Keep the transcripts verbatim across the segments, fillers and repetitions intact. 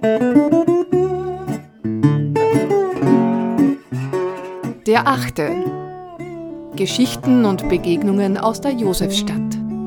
Der Achte. Geschichten und Begegnungen aus der Josefstadt.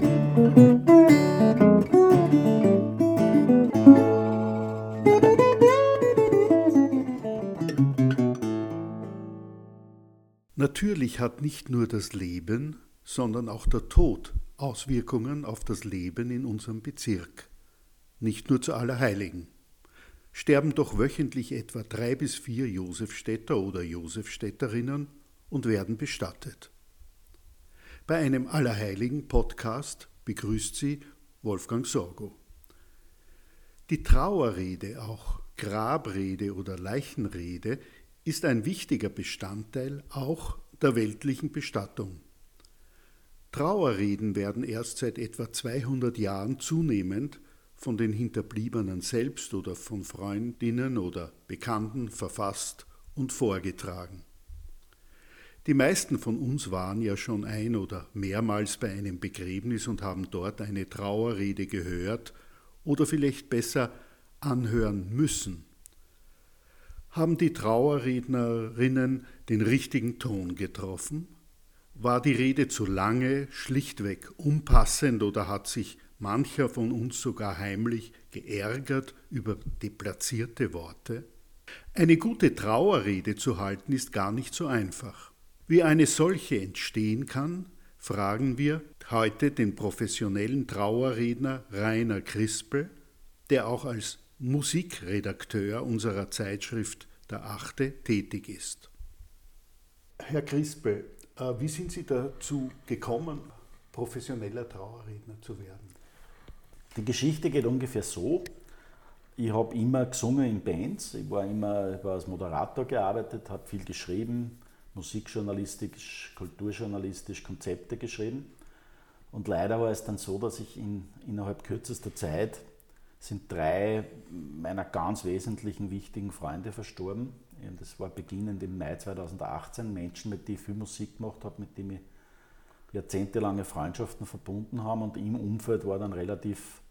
Natürlich hat nicht nur das Leben, sondern auch der Tod Auswirkungen auf das Leben in unserem Bezirk. Nicht nur zu Allerheiligen. Sterben doch wöchentlich etwa drei bis vier Josefstädter oder Josefstädterinnen und werden bestattet. Bei einem Allerheiligen-Podcast begrüßt sie Wolfgang Sorgo. Die Trauerrede, auch Grabrede oder Leichenrede, ist ein wichtiger Bestandteil auch der weltlichen Bestattung. Trauerreden werden erst seit etwa zweihundert Jahren zunehmend von den Hinterbliebenen selbst oder von Freundinnen oder Bekannten verfasst und vorgetragen. Die meisten von uns waren ja schon ein- oder mehrmals bei einem Begräbnis und haben dort eine Trauerrede gehört oder vielleicht besser anhören müssen. Haben die Trauerrednerinnen den richtigen Ton getroffen? War die Rede zu lange, schlichtweg unpassend oder hat sich mancher von uns sogar heimlich geärgert über deplatzierte Worte? Eine gute Trauerrede zu halten ist gar nicht so einfach. Wie eine solche entstehen kann, fragen wir heute den professionellen Trauerredner Rainer Krispel, der auch als Musikredakteur unserer Zeitschrift Der Achte tätig ist. Herr Krispel, wie sind Sie dazu gekommen, professioneller Trauerredner zu werden? Die Geschichte geht ungefähr so. Ich habe immer gesungen in Bands, ich war immer ich war als Moderator gearbeitet, habe viel geschrieben, musikjournalistisch, kulturjournalistisch Konzepte geschrieben. Und leider war es dann so, dass ich in, innerhalb kürzester Zeit sind drei meiner ganz wesentlichen, wichtigen Freunde verstorben. Das war beginnend im Mai zweitausendachtzehn. Menschen, mit denen ich viel Musik gemacht habe, mit denen ich jahrzehntelange Freundschaften verbunden haben. Und im Umfeld war dann relativ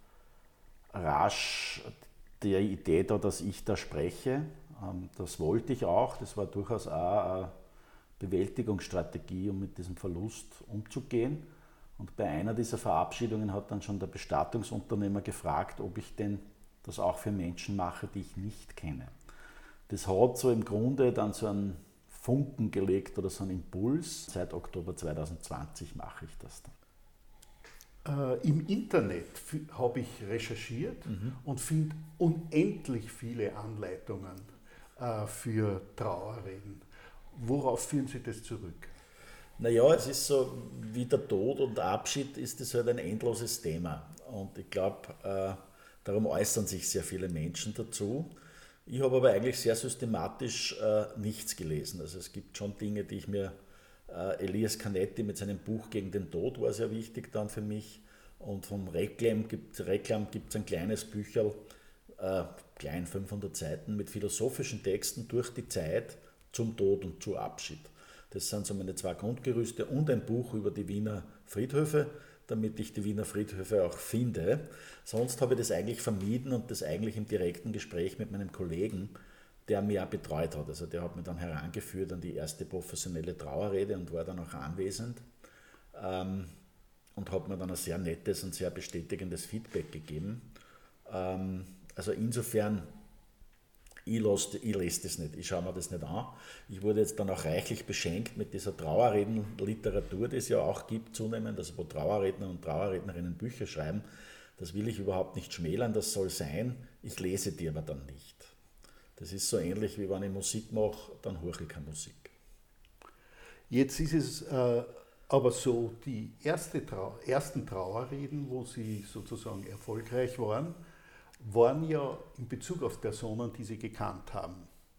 rasch die Idee da, dass ich da spreche. Das wollte ich auch. Das war durchaus auch eine Bewältigungsstrategie, um mit diesem Verlust umzugehen. Und bei einer dieser Verabschiedungen hat dann schon der Bestattungsunternehmer gefragt, ob ich denn das auch für Menschen mache, die ich nicht kenne. Das hat so im Grunde dann so einen Funken gelegt oder so einen Impuls. Seit Oktober zweitausendzwanzig mache ich das dann. Äh, Im Internet f- habe ich recherchiert mhm. und finde unendlich viele Anleitungen äh, für Trauerreden. Worauf führen Sie das zurück? Naja, es ist so, wie der Tod und der Abschied ist es halt ein endloses Thema. Und ich glaube, äh, darum äußern sich sehr viele Menschen dazu. Ich habe aber eigentlich sehr systematisch äh, nichts gelesen. Also es gibt schon Dinge, die ich mir, äh, Elias Canetti mit seinem Buch Gegen den Tod war sehr wichtig dann für mich. Und vom Reklam gibt es ein kleines Bücherl, äh, klein fünfhundert Seiten, mit philosophischen Texten durch die Zeit zum Tod und zu Abschied. Das sind so meine zwei Grundgerüste und ein Buch über die Wiener Friedhöfe, damit ich die Wiener Friedhöfe auch finde. Sonst habe ich das eigentlich vermieden und das eigentlich im direkten Gespräch mit meinem Kollegen, der mich auch betreut hat. Also der hat mich dann herangeführt an die erste professionelle Trauerrede und war dann auch anwesend ähm, und hat mir dann ein sehr nettes und sehr bestätigendes Feedback gegeben. Ähm, also insofern, Ich, lasse, ich lese das nicht, ich schaue mir das nicht an. Ich wurde jetzt dann auch reichlich beschenkt mit dieser Trauerreden-Literatur, die es ja auch gibt, zunehmend, also wo Trauerredner und Trauerrednerinnen Bücher schreiben. Das will ich überhaupt nicht schmälern, das soll sein, ich lese die aber dann nicht. Das ist so ähnlich, wie wenn ich Musik mache, dann höre ich keine Musik. Jetzt ist es äh, aber so, die erste Trau- ersten Trauerreden, wo Sie sozusagen erfolgreich waren, waren ja in Bezug auf Personen, die Sie gekannt haben.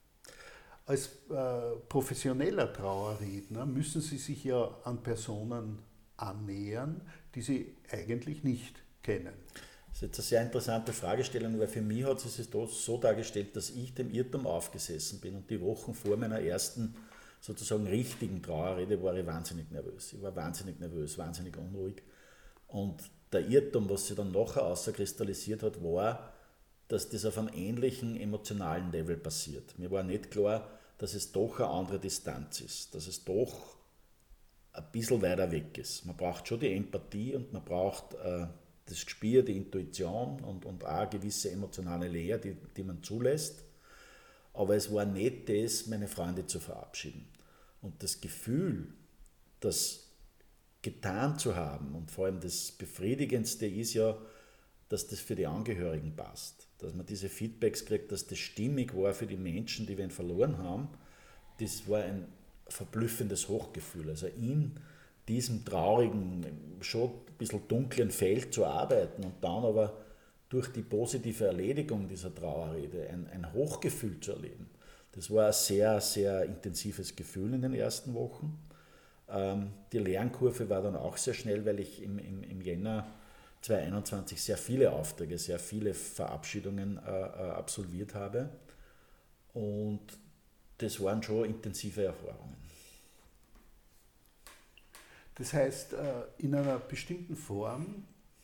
Als äh, professioneller Trauerredner müssen Sie sich ja an Personen annähern, die Sie eigentlich nicht kennen. Das ist jetzt eine sehr interessante Fragestellung, weil für mich hat es sich so dargestellt, dass ich dem Irrtum aufgesessen bin und die Wochen vor meiner ersten sozusagen richtigen Trauerrede war ich wahnsinnig nervös. Ich war wahnsinnig nervös, wahnsinnig unruhig. Und der Irrtum, was sich dann nachher auskristallisiert hat, war, dass das auf einem ähnlichen emotionalen Level passiert. Mir war nicht klar, dass es doch eine andere Distanz ist, dass es doch ein bisschen weiter weg ist. Man braucht schon die Empathie und man braucht äh, das Gespür, die Intuition und, und auch eine gewisse emotionale Nähe, die, die man zulässt. Aber es war nicht das, meine Freunde zu verabschieden. Und das Gefühl, das getan zu haben und vor allem das Befriedigendste ist ja, dass das für die Angehörigen passt. Dass man diese Feedbacks kriegt, dass das stimmig war für die Menschen, die wen verloren haben. Das war ein verblüffendes Hochgefühl. Also in diesem traurigen, schon ein bisschen dunklen Feld zu arbeiten und dann aber durch die positive Erledigung dieser Trauerrede ein, ein Hochgefühl zu erleben. Das war ein sehr, sehr intensives Gefühl in den ersten Wochen. Ähm, die Lernkurve war dann auch sehr schnell, weil ich im, im, im Jänner zweitausendeinundzwanzig sehr viele Aufträge, sehr viele Verabschiedungen äh, absolviert habe. Und das waren schon intensive Erfahrungen. Das heißt, in einer bestimmten Form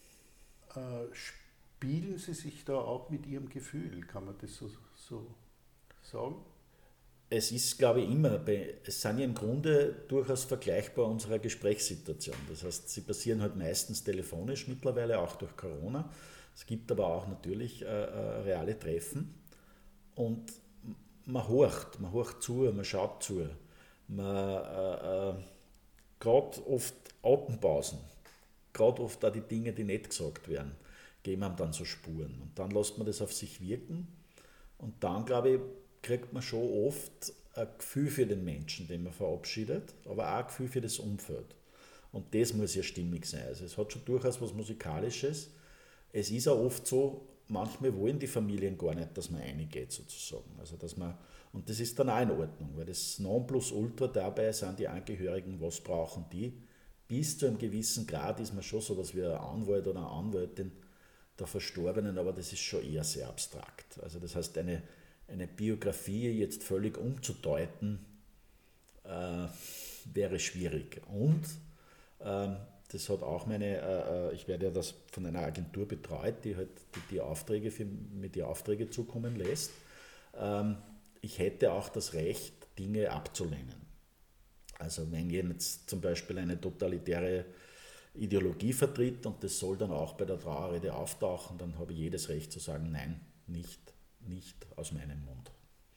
spielen Sie sich da auch mit Ihrem Gefühl, kann man das so, so sagen? Es ist, glaube ich, immer, es sind ja im Grunde durchaus vergleichbar unserer Gesprächssituation. Das heißt, sie passieren halt meistens telefonisch mittlerweile, auch durch Corona. Es gibt aber auch natürlich äh, reale Treffen und man horcht, man horcht zu, man schaut zu. Man äh, äh, gerade oft Atempausen, gerade oft auch die Dinge, die nicht gesagt werden, geben einem dann so Spuren. Und dann lässt man das auf sich wirken und dann, glaube ich, kriegt man schon oft ein Gefühl für den Menschen, den man verabschiedet, aber auch ein Gefühl für das Umfeld. Und das muss ja stimmig sein. Also es hat schon durchaus was Musikalisches. Es ist auch oft so, manchmal wollen die Familien gar nicht, dass man reingeht sozusagen. Also dass man, und das ist dann auch in Ordnung, weil das Nonplusultra dabei sind die Angehörigen, was brauchen die. Bis zu einem gewissen Grad ist man schon so etwas wie ein Anwalt oder eine Anwältin der Verstorbenen, aber das ist schon eher sehr abstrakt. Also das heißt, eine Eine Biografie jetzt völlig umzudeuten, äh, wäre schwierig. Und äh, das hat auch meine, äh, ich werde ja das von einer Agentur betreut, die halt die, die Aufträge für, mir die Aufträge zukommen lässt. Ähm, ich hätte auch das Recht, Dinge abzulehnen. Also wenn jetzt zum Beispiel eine totalitäre Ideologie vertritt und das soll dann auch bei der Trauerrede auftauchen, dann habe ich jedes Recht zu sagen, nein, nicht. nicht aus meinem Mund.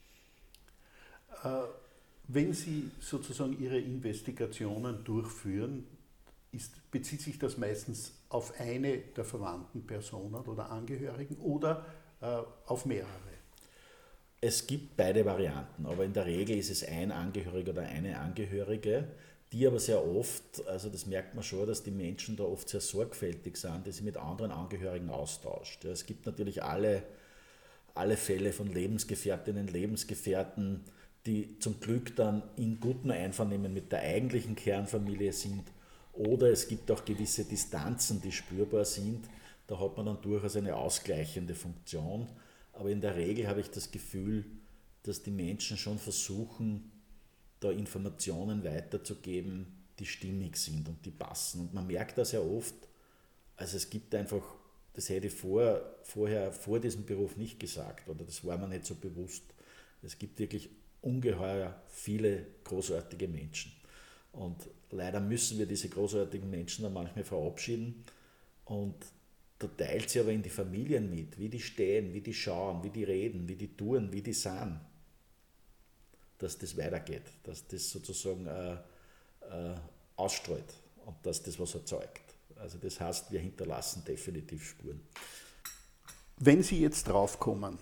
Wenn Sie sozusagen Ihre Investigationen durchführen, ist, bezieht sich das meistens auf eine der verwandten Personen oder Angehörigen oder äh, auf mehrere? Es gibt beide Varianten, aber in der Regel ist es ein Angehöriger oder eine Angehörige, die aber sehr oft, also das merkt man schon, dass die Menschen da oft sehr sorgfältig sind, die sie mit anderen Angehörigen austauscht. Es gibt natürlich alle alle Fälle von Lebensgefährtinnen, Lebensgefährten, die zum Glück dann in gutem Einvernehmen mit der eigentlichen Kernfamilie sind. Oder es gibt auch gewisse Distanzen, die spürbar sind. Da hat man dann durchaus eine ausgleichende Funktion. Aber in der Regel habe ich das Gefühl, dass die Menschen schon versuchen, da Informationen weiterzugeben, die stimmig sind und die passen. Und man merkt das ja oft, also es gibt einfach, das hätte ich vor, vorher vor diesem Beruf nicht gesagt oder das war mir nicht so bewusst. Es gibt wirklich ungeheuer viele großartige Menschen. Und leider müssen wir diese großartigen Menschen dann manchmal verabschieden. Und da teilt sie aber in die Familien mit, wie die stehen, wie die schauen, wie die reden, wie die tun, wie die sind. Dass das weitergeht, dass das sozusagen äh, äh, ausstrahlt und dass das was erzeugt. Also das heißt, wir hinterlassen definitiv Spuren. Wenn Sie jetzt draufkommen,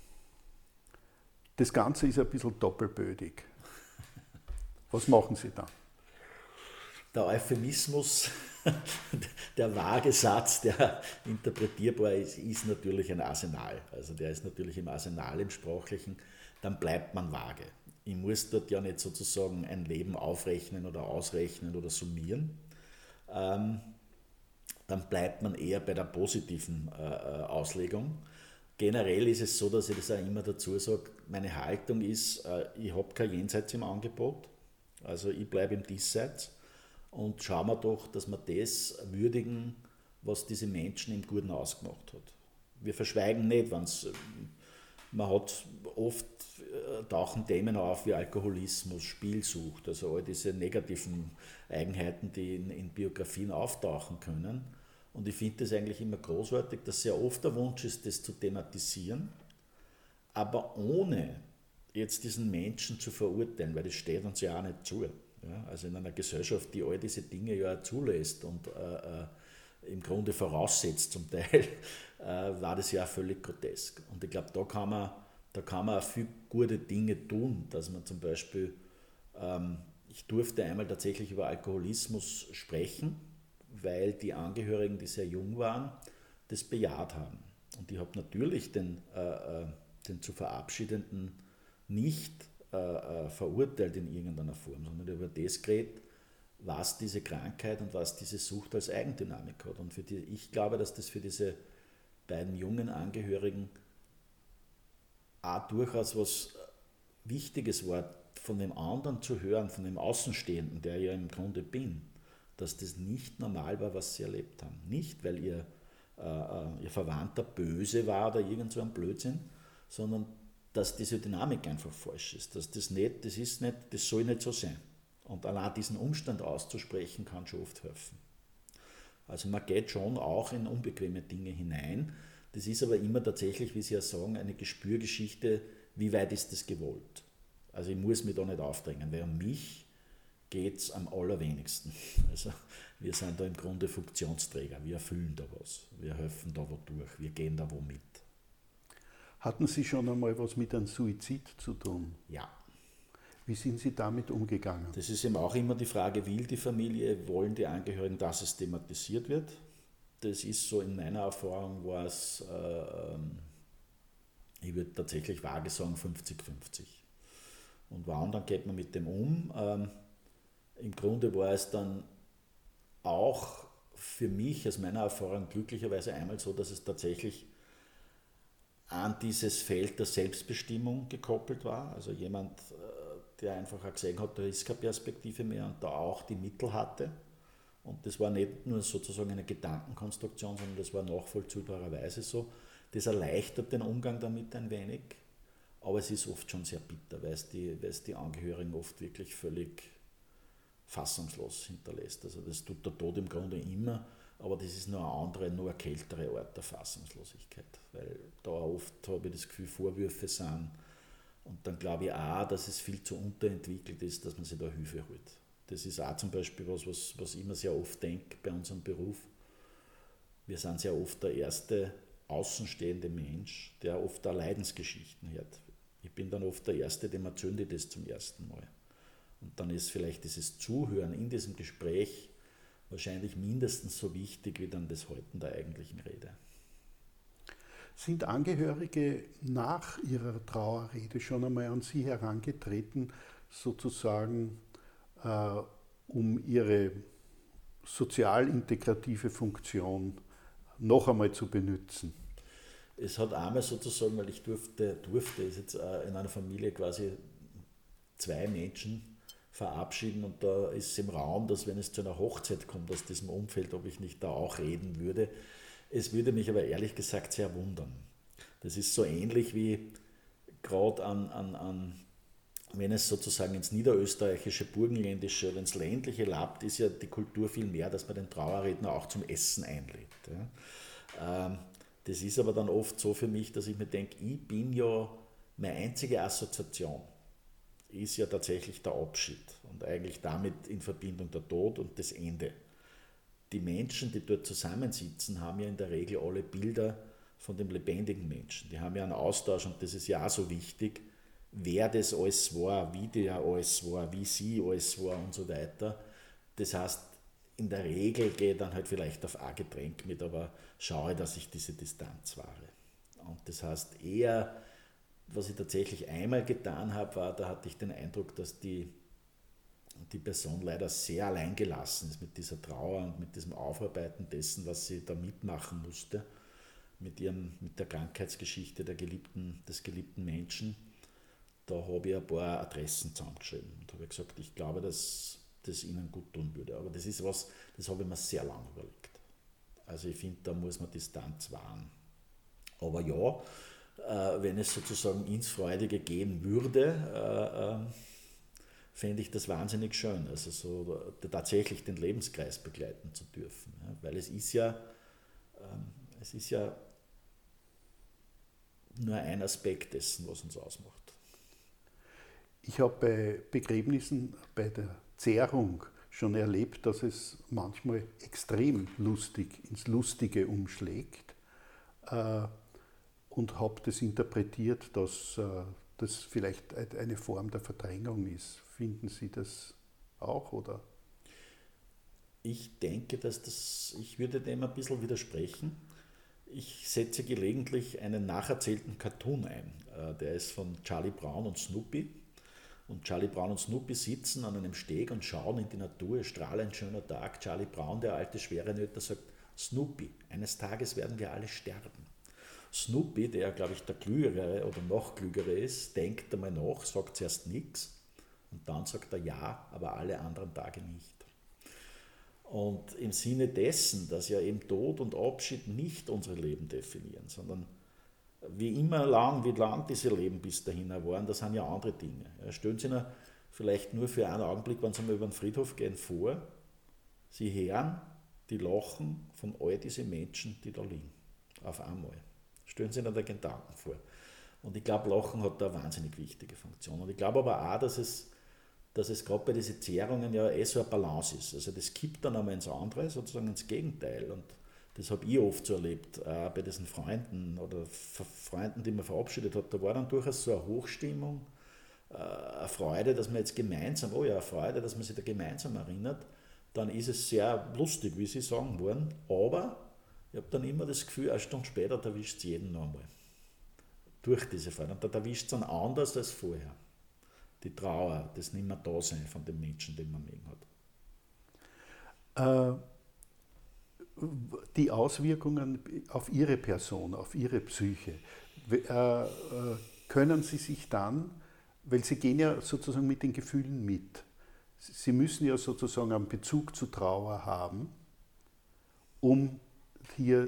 das Ganze ist ein bisschen doppelbödig, was machen Sie dann? Der Euphemismus, der vage Satz, der interpretierbar ist, ist natürlich ein Arsenal. Also der ist natürlich im Arsenal, im Sprachlichen, dann bleibt man vage. Ich muss dort ja nicht sozusagen ein Leben aufrechnen oder ausrechnen oder summieren. Ähm, dann bleibt man eher bei der positiven äh, Auslegung. Generell ist es so, dass ich das auch immer dazu sage, meine Haltung ist, äh, ich habe kein Jenseits im Angebot, also ich bleibe im Diesseits und schauen wir doch, dass wir das würdigen, was diese Menschen im Guten ausgemacht hat. wir verschweigen nicht, wenn's, man hat oft äh, tauchen Themen auf wie Alkoholismus, Spielsucht, also all diese negativen Eigenheiten, die in, in Biografien auftauchen können. Und ich finde das eigentlich immer großartig, dass sehr oft der Wunsch ist, das zu thematisieren, aber ohne jetzt diesen Menschen zu verurteilen, weil das steht uns ja auch nicht zu. Ja? Also in einer Gesellschaft, die all diese Dinge ja auch zulässt und äh, äh, im Grunde voraussetzt zum Teil, äh, war das ja auch völlig grotesk. Und ich glaube, da kann man, da kann man auch viel gute Dinge tun, dass man zum Beispiel, ähm, ich durfte einmal tatsächlich über Alkoholismus sprechen, weil die Angehörigen, die sehr jung waren, das bejaht haben. Und ich habe natürlich den, äh, den zu Verabschiedenden nicht äh, verurteilt in irgendeiner Form, sondern über das geredet, was diese Krankheit und was diese Sucht als Eigendynamik hat. Und für die, ich glaube, dass das für diese beiden jungen Angehörigen auch durchaus was Wichtiges war, von dem anderen zu hören, von dem Außenstehenden, der ich ja im Grunde bin, dass das nicht normal war, was sie erlebt haben. Nicht, weil ihr, äh, ihr Verwandter böse war oder irgend so ein Blödsinn, sondern dass diese Dynamik einfach falsch ist. Dass das nicht, das ist nicht, das soll nicht so sein. Und allein diesen Umstand auszusprechen, kann schon oft helfen. Also man geht schon auch in unbequeme Dinge hinein. Das ist aber immer tatsächlich, wie Sie ja sagen, eine Gespürgeschichte, wie weit ist das gewollt. Also ich muss mich da nicht aufdrängen, weil um mich geht es am allerwenigsten. Also wir sind da im Grunde Funktionsträger, wir erfüllen da was, wir helfen da wodurch, wir gehen da wo mit. Hatten Sie schon einmal was mit einem Suizid zu tun? Ja. Wie sind Sie damit umgegangen? Das ist eben auch immer die Frage, will die Familie, wollen die Angehörigen, dass es thematisiert wird? Das ist so in meiner Erfahrung, war es, äh, ich würde tatsächlich vage sagen, fünfzig fünfzig. Und wann, dann geht man mit dem um. Ähm, Im Grunde war es dann auch für mich aus meiner Erfahrung glücklicherweise einmal so, dass es tatsächlich an dieses Feld der Selbstbestimmung gekoppelt war. Also jemand, der einfach auch gesehen hat, da ist keine Perspektive mehr und da auch die Mittel hatte. Und das war nicht nur sozusagen eine Gedankenkonstruktion, sondern das war nachvollziehbarerweise so. Das erleichtert den Umgang damit ein wenig, aber es ist oft schon sehr bitter, weil es die, weil es die Angehörigen oft wirklich völlig fassungslos hinterlässt. Also das tut der Tod im Grunde immer, aber das ist nur eine andere, nur eine kältere Art der Fassungslosigkeit, weil da oft, habe ich das Gefühl, Vorwürfe sind. Und dann glaube ich auch, dass es viel zu unterentwickelt ist, dass man sich da Hilfe holt. Das ist auch zum Beispiel was, was, was ich immer sehr oft denke bei unserem Beruf. Wir sind sehr oft der erste außenstehende Mensch, der oft auch Leidensgeschichten hört. Ich bin dann oft der Erste, dem erzähle ich das zum ersten Mal. Und dann ist vielleicht dieses Zuhören in diesem Gespräch wahrscheinlich mindestens so wichtig wie dann das Halten der eigentlichen Rede. Sind Angehörige nach ihrer Trauerrede schon einmal an Sie herangetreten, sozusagen äh, um ihre sozial-integrative Funktion noch einmal zu benutzen? Es hat einmal sozusagen, weil ich durfte, durfte ist jetzt in einer Familie quasi zwei Menschen verabschieden und da ist es im Raum, dass wenn es zu einer Hochzeit kommt aus diesem Umfeld, ob ich nicht da auch reden würde. Es würde mich aber ehrlich gesagt sehr wundern. Das ist so ähnlich wie gerade an, an, an, wenn es sozusagen ins niederösterreichische, burgenländische oder ins ländliche lappt, ist ja die Kultur viel mehr, dass man den Trauerredner auch zum Essen einlädt. Ja. Ähm, das ist aber dann oft so für mich, dass ich mir denke, ich bin ja, meine einzige Assoziation ist ja tatsächlich der Abschied und eigentlich damit in Verbindung der Tod und das Ende. Die Menschen, die dort zusammensitzen, haben ja in der Regel alle Bilder von dem lebendigen Menschen. Die haben ja einen Austausch und das ist ja auch so wichtig, wer das alles war, wie der alles war, wie sie alles war und so weiter. Das heißt, in der Regel gehe ich dann halt vielleicht auf ein Getränk mit, aber schaue, dass ich diese Distanz wahre. Und das heißt eher, was ich tatsächlich einmal getan habe, war, da hatte ich den Eindruck, dass die, die Person leider sehr alleingelassen ist mit dieser Trauer und mit diesem Aufarbeiten dessen, was sie da mitmachen musste, mit, ihrem, mit der Krankheitsgeschichte der geliebten, des geliebten Menschen. Da habe ich ein paar Adressen zusammengeschrieben und habe gesagt, ich glaube, dass das ihnen gut tun würde. Aber das ist was, das habe ich mir sehr lange überlegt. Also ich finde, da muss man Distanz wahren. Aber ja, äh, wenn es sozusagen ins Freudige gehen würde, äh, äh, fände ich das wahnsinnig schön, also so äh, tatsächlich den Lebenskreis begleiten zu dürfen. Ja? Weil es ist ja, ähm, es ist ja nur ein Aspekt dessen, was uns ausmacht. Ich habe bei Begräbnissen, bei der Zehrung schon erlebt, dass es manchmal extrem lustig ins Lustige umschlägt äh, und habe das interpretiert, dass äh, das vielleicht eine Form der Verdrängung ist. Finden Sie das auch, oder? Ich denke, dass das, ich würde dem ein bisschen widersprechen. Ich setze gelegentlich einen nacherzählten Cartoon ein. Der ist von Charlie Brown und Snoopy. Und Charlie Brown und Snoopy sitzen an einem Steg und schauen in die Natur. Strahlend schöner Tag. Charlie Brown, der alte Schwerenöter, sagt: Snoopy, eines Tages werden wir alle sterben. Snoopy, der, glaube ich, der Klügere oder noch Klügere ist, denkt einmal nach, sagt zuerst nichts und dann sagt er ja, aber alle anderen Tage nicht. Und im Sinne dessen, dass ja eben Tod und Abschied nicht unsere Leben definieren, sondern wie immer lang, wie lang diese Leben bis dahin waren, das sind ja andere Dinge. Ja, stellen Sie sich vielleicht nur für einen Augenblick, wenn Sie mal über den Friedhof gehen, vor, Sie hören die Lachen von all diesen Menschen, die da liegen, auf einmal. Stellen Sie sich den Gedanken vor. Und ich glaube, Lachen hat da eine wahnsinnig wichtige Funktion. Und ich glaube aber auch, dass es, dass es gerade bei diesen Zehrungen ja eh so eine Balance ist. Also das kippt dann einmal ins andere, sozusagen ins Gegenteil. Und das habe ich oft so erlebt, äh, bei diesen Freunden oder Freunden, die man verabschiedet hat. Da war dann durchaus so eine Hochstimmung, äh, eine Freude, dass man jetzt gemeinsam, oh ja, eine Freude, dass man sich da gemeinsam erinnert. Dann ist es sehr lustig, wie Sie sagen wollen, aber ich habe dann immer das Gefühl, eine Stunde später erwischt es jeden noch einmal. Durch diese Freude. Und da erwischt es dann anders als vorher. Die Trauer, das nicht mehr Dasein von dem Menschen, den man mögen hat. Äh, die Auswirkungen auf Ihre Person, auf Ihre Psyche, äh, äh, können Sie sich dann, weil Sie gehen ja sozusagen mit den Gefühlen mit, Sie müssen ja sozusagen einen Bezug zu Trauer haben, um hier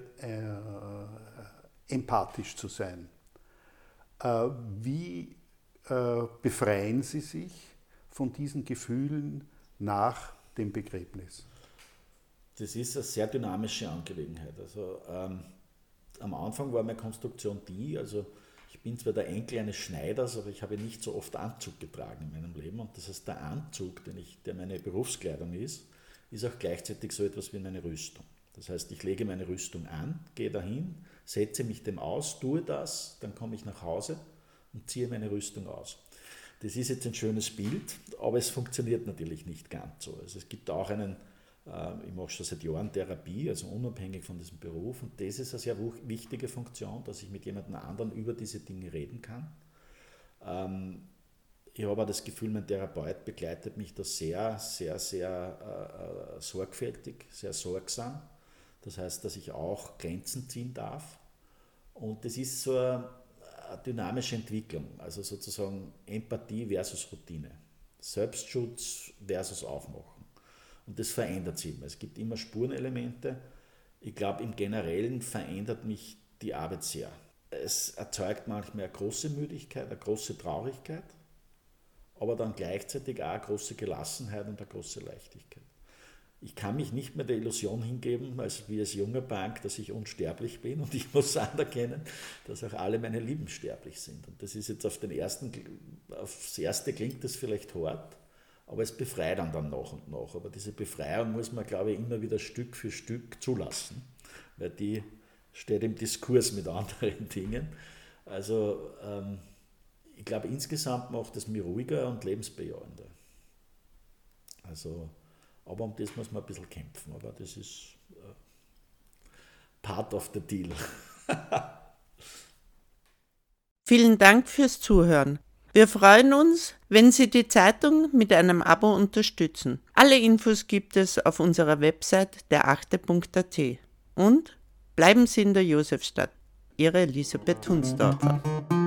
äh, empathisch zu sein. Äh, wie äh, befreien Sie sich von diesen Gefühlen nach dem Begräbnis? Das ist eine sehr dynamische Angelegenheit. Also, ähm, am Anfang war meine Konstruktion die, also ich bin zwar der Enkel eines Schneiders, aber ich habe nicht so oft Anzug getragen in meinem Leben. Und das heißt, der Anzug, den ich, der meine Berufskleidung ist, ist auch gleichzeitig so etwas wie eine Rüstung. Das heißt, ich lege meine Rüstung an, gehe dahin, setze mich dem aus, tue das, dann komme ich nach Hause und ziehe meine Rüstung aus. Das ist jetzt ein schönes Bild, aber es funktioniert natürlich nicht ganz so. Also es gibt auch einen, äh, ich mache schon seit Jahren Therapie, also unabhängig von diesem Beruf, und das ist eine sehr wichtige Funktion, dass ich mit jemandem anderen über diese Dinge reden kann. Ähm, ich habe auch das Gefühl, mein Therapeut begleitet mich da sehr, sehr, sehr äh, sorgfältig, sehr sorgsam. Das heißt, dass ich auch Grenzen ziehen darf. Und das ist so eine, eine dynamische Entwicklung, also sozusagen Empathie versus Routine, Selbstschutz versus Aufmachen. Und das verändert sich immer. Es gibt immer Spurenelemente. Ich glaube, im Generellen verändert mich die Arbeit sehr. Es erzeugt manchmal eine große Müdigkeit, eine große Traurigkeit, aber dann gleichzeitig auch eine große Gelassenheit und eine große Leichtigkeit. Ich kann mich nicht mehr der Illusion hingeben, als wie als junger Punk, dass ich unsterblich bin, und ich muss anerkennen, dass auch alle meine Lieben sterblich sind. Und das ist jetzt auf den ersten, aufs Erste klingt das vielleicht hart, aber es befreit dann, dann nach und nach. Aber diese Befreiung muss man, glaube ich, immer wieder Stück für Stück zulassen, weil die steht im Diskurs mit anderen Dingen. Also ähm, ich glaube, insgesamt macht es mich ruhiger und lebensbejahender. Also aber um das muss man ein bisschen kämpfen, aber das ist uh, part of the deal. Vielen Dank fürs Zuhören. Wir freuen uns, wenn Sie die Zeitung mit einem Abo unterstützen. Alle Infos gibt es auf unserer Website der achte punkt a t. Und bleiben Sie in der Josefstadt. Ihre Elisabeth Hunsdorfer.